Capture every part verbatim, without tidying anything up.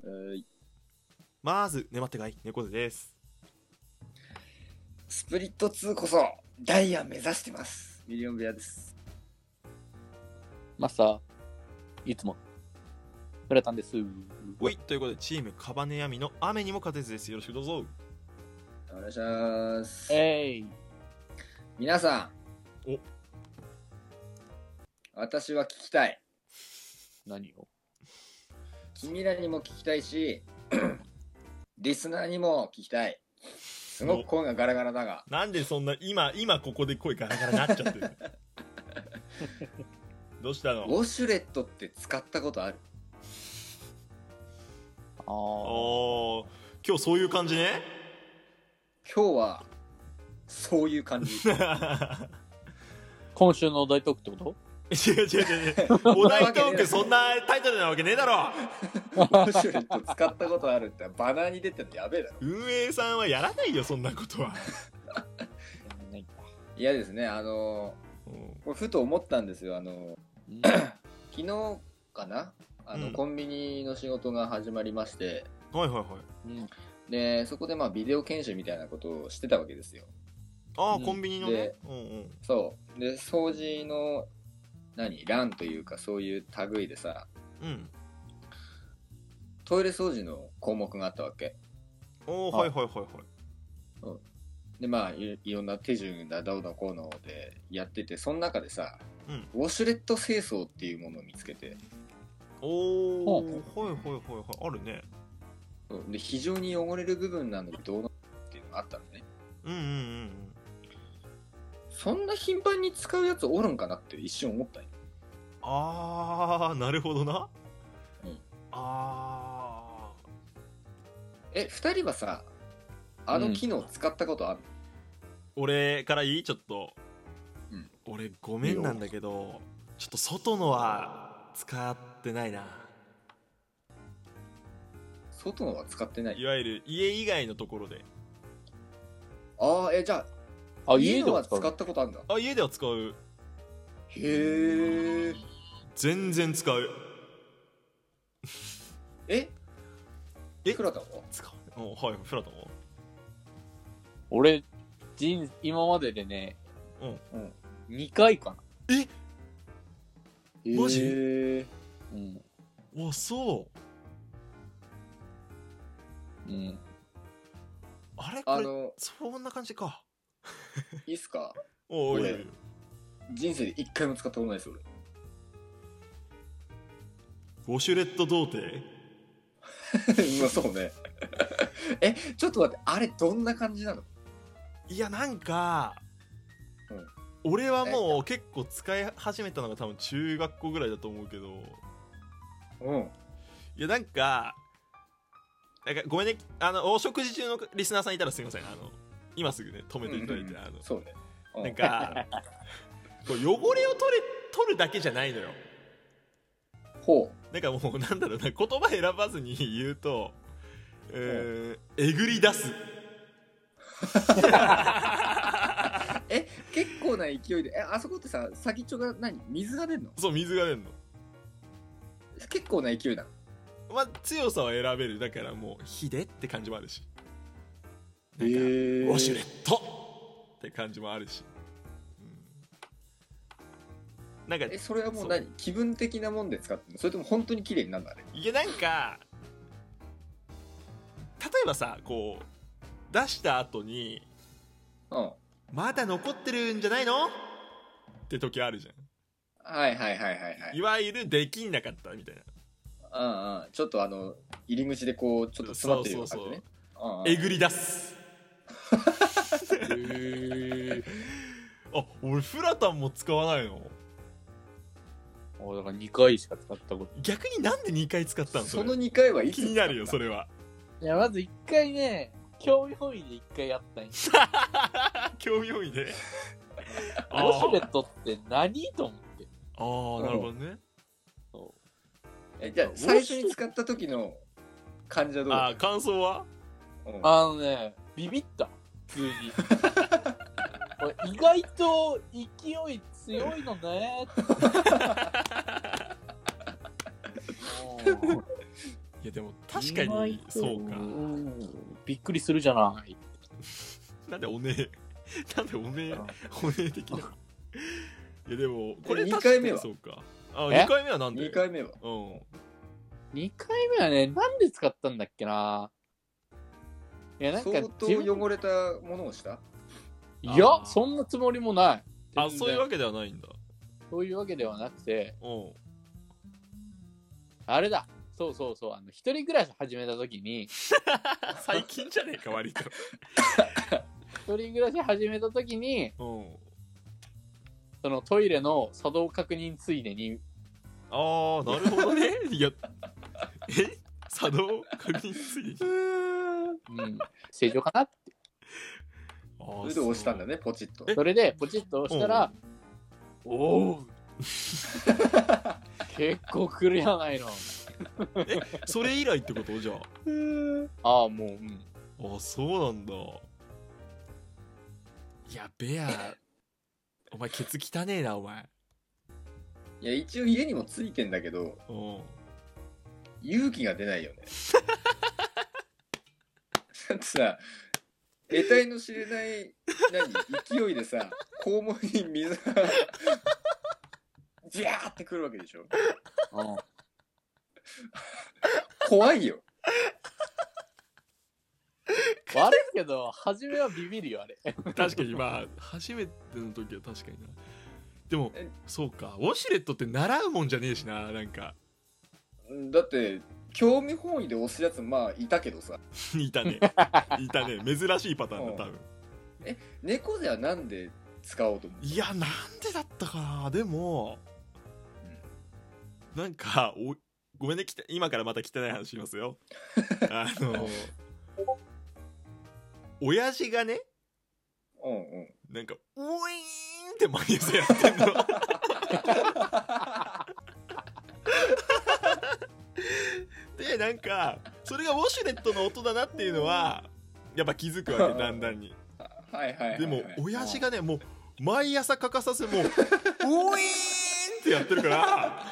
ーい。 まず粘ってかい猫背です。 スプリットツーこそダイヤ目指してます。ミリオンベアです。 マスターいつもフラタンです。 おい、ということでチームカバネヤミの雨にも勝てずです。よろしくどうぞ。 お願いします。 えい。 皆さん、 お私は聞きたい。 何を？ 君らにも聞きたいしリスナーにも聞きたい。すごく声がガラガラだが、 なんでそんな今今ここで声ガラガラになっちゃってるどうしたの？ ウォシュレットって使ったことある？ ああ。 おー、今日そういう感じね。 今日はそういう感じ今週のお題トークってこ違う違う違う違うお題トークそんなタイトルなわけねえだろウォシュレット使ったことあるってバナーに出てるのやべえだろ。 運営さんはやらないよそんなことはと？ いやですね、あのこれふと思ったんですよ。あのうん昨日かな、あの、 うんコンビニの仕事が始まりまして、 はいはいはい。 うんでそこでまあビデオ研修みたいなことをしてたわけですよ。 ああ、 うんコンビニのねで。 うんうん。 そうで掃除の何欄というかそういう類でさ、 うん。 トイレ掃除の項目があったわけおお、 ははいいはいはいはい。 で、まあい、いろんな手順だどうのこうのでやってて、その中でさ、 うんウォシュレット清掃っていうものを見つけて、 おお、 ほはいはいはいはい。あるね。 そうで非常に汚れる部分なのにどうのっていうのがあったのね。 うんうんうんそんな頻繁に使うやつおるんかなって一瞬思ったんよ。 ああ、なるほどな。 うんあえ、二人はさ、あの機能使ったことある？ ー、俺からいい？ちょっと、 うん、 俺ごめんなんだけどちょっと外のは使ってないな。 外のは使ってない。 いわゆる家以外のところで。 ああ、え、じゃあ、 あ、 家家では使うのは使ったことあるんだ。 あ、家では使う。 へえ。 全然使う。 ええクラタンは？ 使う。おはい、フラタンは？ 俺人今まででね、 うんうん。 にかいかな。 えマジへーうんあ、そううん。 あれこれあの、 そんな感じか。 いいっすか？ おーいいよいいよ。 人生で一回も使ったことないです、俺。 ウォシュレット童貞。 まあそうね。え、ちょっと待って、あれどんな感じなの？ いやなんか、 うん俺はもう結構使い始めたのが多分中学校ぐらいだと思うけど、 うん。 いやなんかなんかごめんね、あのお食事中のリスナーさんいたらすみません、あの今すぐね止めていただいて、 うんうんあのそうね。うんなんかこう汚れを取れ取るだけじゃないのよ。 ほなんかもうなんだろうな、言葉選ばずに言うと、えー、えぐり出す。 う。え、結構な勢いで、え、あそこってさ、先っちょが何？水が出んの？ そう、水が出るの。 結構な勢いなの。 まあ強さは選べる。だからもう火でって感じもあるし、 へなんかーウォシュレットって感じもあるし、うん、なんかえ、それはもうそう何？気分的なもんで使ってんの？それとも本当に綺麗になるのあれ？ いやなんか例えばさ、こう出した後にうん。 まだ残ってるんじゃないのって時あるじゃん。 はいはいはいはいはい。 いわゆるできんなかったみたいな。 うんうん。ちょっとあの、入り口でこう、ちょっと詰まってるような感じね。うんうんえぐり出す。 へえ。 あ、俺フラタンも使わないの？ 俺だからにかいしか使ったこと。 逆になんでにかい使ったの？それそのにかいはいつ気になるよそれは。 いや、まずいっかいね、興味本位でいっかいやったんよ。 興味本位で。 ウォシュレットって何と思って。 ああ、なるほどね。 え、じゃあ最初に使った時の感じはどうだっあー、感想は？ た？うんあのね、ビビった。普通に。これ意外と勢い強いのね。 いやでも確かにそうか。 びっくりするじゃない。 なんでおねえなんでおねえおねえ的な。いやでもこれにかいめはそうか。あ、にかいめはなんで？ にかいめはうん。 にかいめはね、なんで使ったんだっけな。いやなんか相当汚れたものをした？ いや、そんなつもりもない。 あ、そういうわけではないんだ。 そういうわけではなくて、 うん。 あれだ。そうそうそう。あの、一人暮らし始めたときに、 最近じゃねえか、割と。 一人暮らし始めたときに、 うん。 そのトイレの作動確認ついでに、 ああ、なるほどね。いや、え作動確認ついでに。 うん、正常かなって。 それで押したんだね、ポチッと。 それでポチッと押したら、おお結構来るやないの。 え、それ以来ってことじゃあ。 ああ、もう、うん。 あ、そうなんだ。いや、ベア、お前ケツ汚ねえな、お前。 いや、一応家にもついてんだけど、 うん。 勇気が出ないよね。だってさ、得体の知れない、何、勢いでさ、肛門に水が、ジャーってくるわけでしょ。 うん、 怖いよ。 悪いけど、初めはビビるよ、あれ。 確かに、まあ、初めての時は確かにな。でも、そうか、ウォシュレットって習うもんじゃねえしな、なんか。 だって、興味本位で押すやつ、まあ、いたけどさ。 いたね。いたね。珍しいパターンだ、多分。 え、猫背はなんで使おうと思う？ いや、なんでだったかな。でも、うん、なんか、お、ごめんね、きた今からまた汚い話しますよ。あの、親父がね、 うんうん。 なんか、ウィーンって毎朝やってんの。で、なんか、それがウォシュレットの音だなっていうのは、やっぱ気づくわけ、だんだんに。 はいはいはい、はい。 でも、親父がね、もう、毎朝欠かさず、もう、ウィーンってやってるから、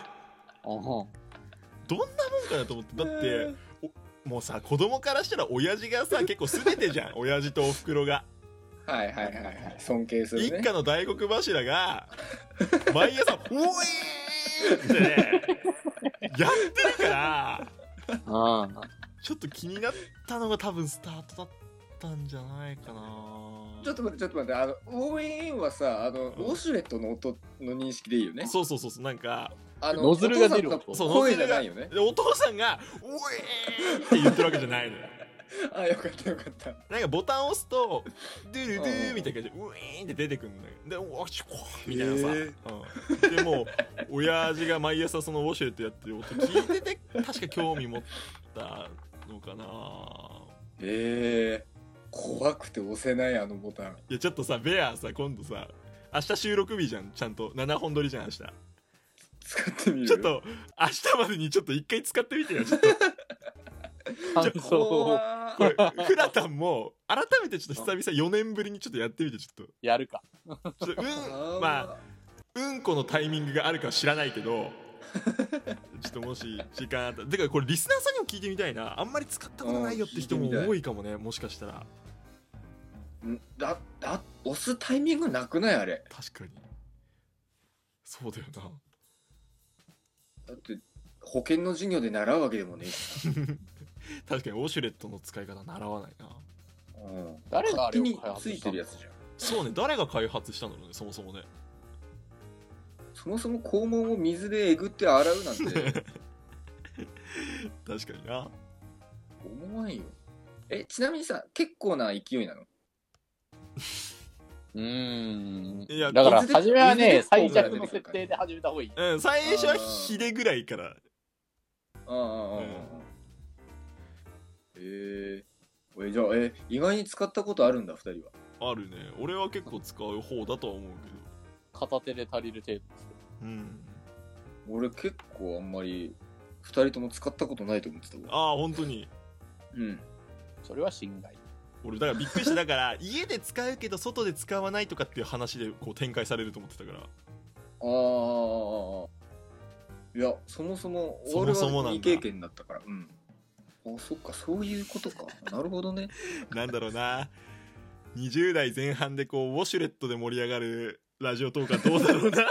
どんなもんかなと思って。だって、もうさ、子供からしたら親父がさ、結構全てじゃん。親父とお袋が。 はいはいはいはい。尊敬するね。 一家の大黒柱が、毎朝、ウィーンってね、やってるから、ちょっと気になったのが多分スタートだったんじゃないかな。 ちょっと待ってちょっと待って、あのウィーンはさ、あの、うん、ウォシュレットの音の認識でいいよね。 そうそうそうそう、なんかあのノズルが出る音。 そう、 声じゃないよね。 お父さんがウィーンって言ってるわけじゃないのよ。 あ、よかったよかった。 なんかボタンを押すとドゥルドゥみたいな感じでウィーンって出てくるんだよ。で、おしこみたいなさ、うん、でも親父が毎朝そのウォシュレットやってる音聞いてて、確か興味持ったのかな。 へえ、怖くて押せないあのボタン。 いやちょっとさ、ベアさ、今度さ、明日収録日じゃん、ちゃんとななほん撮りじゃん明日。 使ってみる。 ちょっと明日までにちょっと一回使ってみてよ、ちょっと。 感想をこれフラタンも改めてちょっと久々よねんぶりにちょっとやってみて、ちょっとやるか。 ちょっとうんまあうんこのタイミングがあるかは知らないけど、ちょっともし時間あったら、てかこれリスナーさんにも聞いてみたいな。あんまり使ったことないよって人も多いかもね、もしかしたら。 んだだ押すタイミングなくないあれ。 確かにそうだよな。 だって保険の授業で習うわけでもねえ。 確かにウォシュレットの使い方習わないな。 うん、 誰があれをに開発ついしてたの？ るやつじゃん。 そうね、誰が開発したんだろうね、そもそもね。 そもそも肛門を水でえぐって洗うなんて確かにな。 思わんよ。え、ちなみにさ、結構な勢いなの？ うーん。 いやだから初めはね、最水で弱の設定で始めた方がいい。 うん、最初はヒデぐらいから。 ああああああ。えー、えじゃあえ意外に使ったことあるんだふたりは。 あるね。俺は結構使う方だとは思うけど。 片手で足りる程度ですよ。 うん。 俺結構あんまりふたりとも使ったことないと思ってたわ。 ああ本当に。 うん。 それは心外。 俺だからびっくりした。だから家で使うけど外で使わないとかっていう話でこう展開されると思ってたから。 ああ。いやそもそも俺は未経験だったから。うん。 あ、そっか、そういうことか。なるほどね。 なんだろうな、にじゅう代前半でこうウォシュレットで盛り上がるラジオトークはどうだろうな。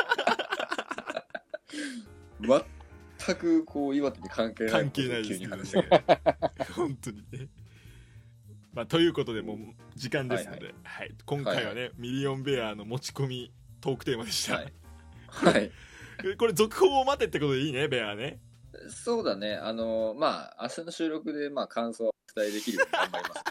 全くこう岩手に関係ない関係ないです急にけど話したけど。 本当にね。まあ、ということでもう時間ですので、はいはい、今回はね、はいはい、ミリオンベアの持ち込みトークテーマでした。はい。はい、これ続報を待てってことでいいね、ベアね。 そうだね。あのまあ明日の収録でまあ感想をお伝えできるように頑張ります。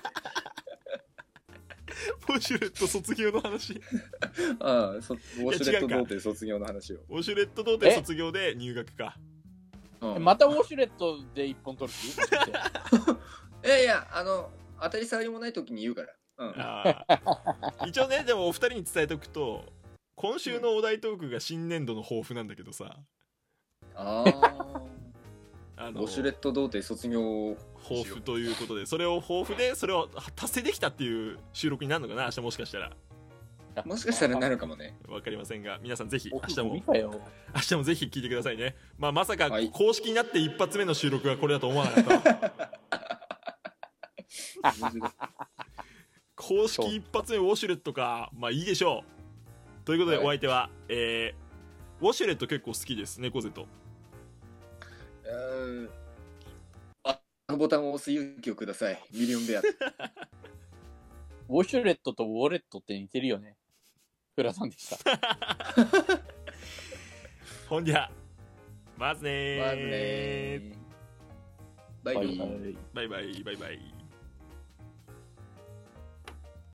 ウォシュレット卒業の話。 ああ、そウォシュレット童貞卒業の話を。 ウォシュレット童貞卒業で入学か。 うん、またウォシュレットで一本取るいやいや、あの当たり障りもない時に言うから。うん、あ一応ね、でもお二人に伝えておくと、今週のお題トークが新年度の抱負なんだけどさ。 ああのウォシュレット童貞卒業抱負ということで、それを抱負でそれを達成できたっていう収録になるのかな、明日もしかしたら。 もしかしたらなるかもね。 わかりませんが、皆さんぜひ明日も明日もぜひ聞いてくださいね。まあまさか公式になって一発目の収録がこれだと思わなかった。公式一発目ウォシュレットか、まあいいでしょう。ということで、お相手は、えー、ウォシュレット結構好きです、猫背と。 あのボタンを押す勇気をください、ミリオンベア。 ウォシュレットとウォレットって似てるよね。フラさんでした。 ほんじゃまずねー。 まずねー。バイバイバイバイバイバイ。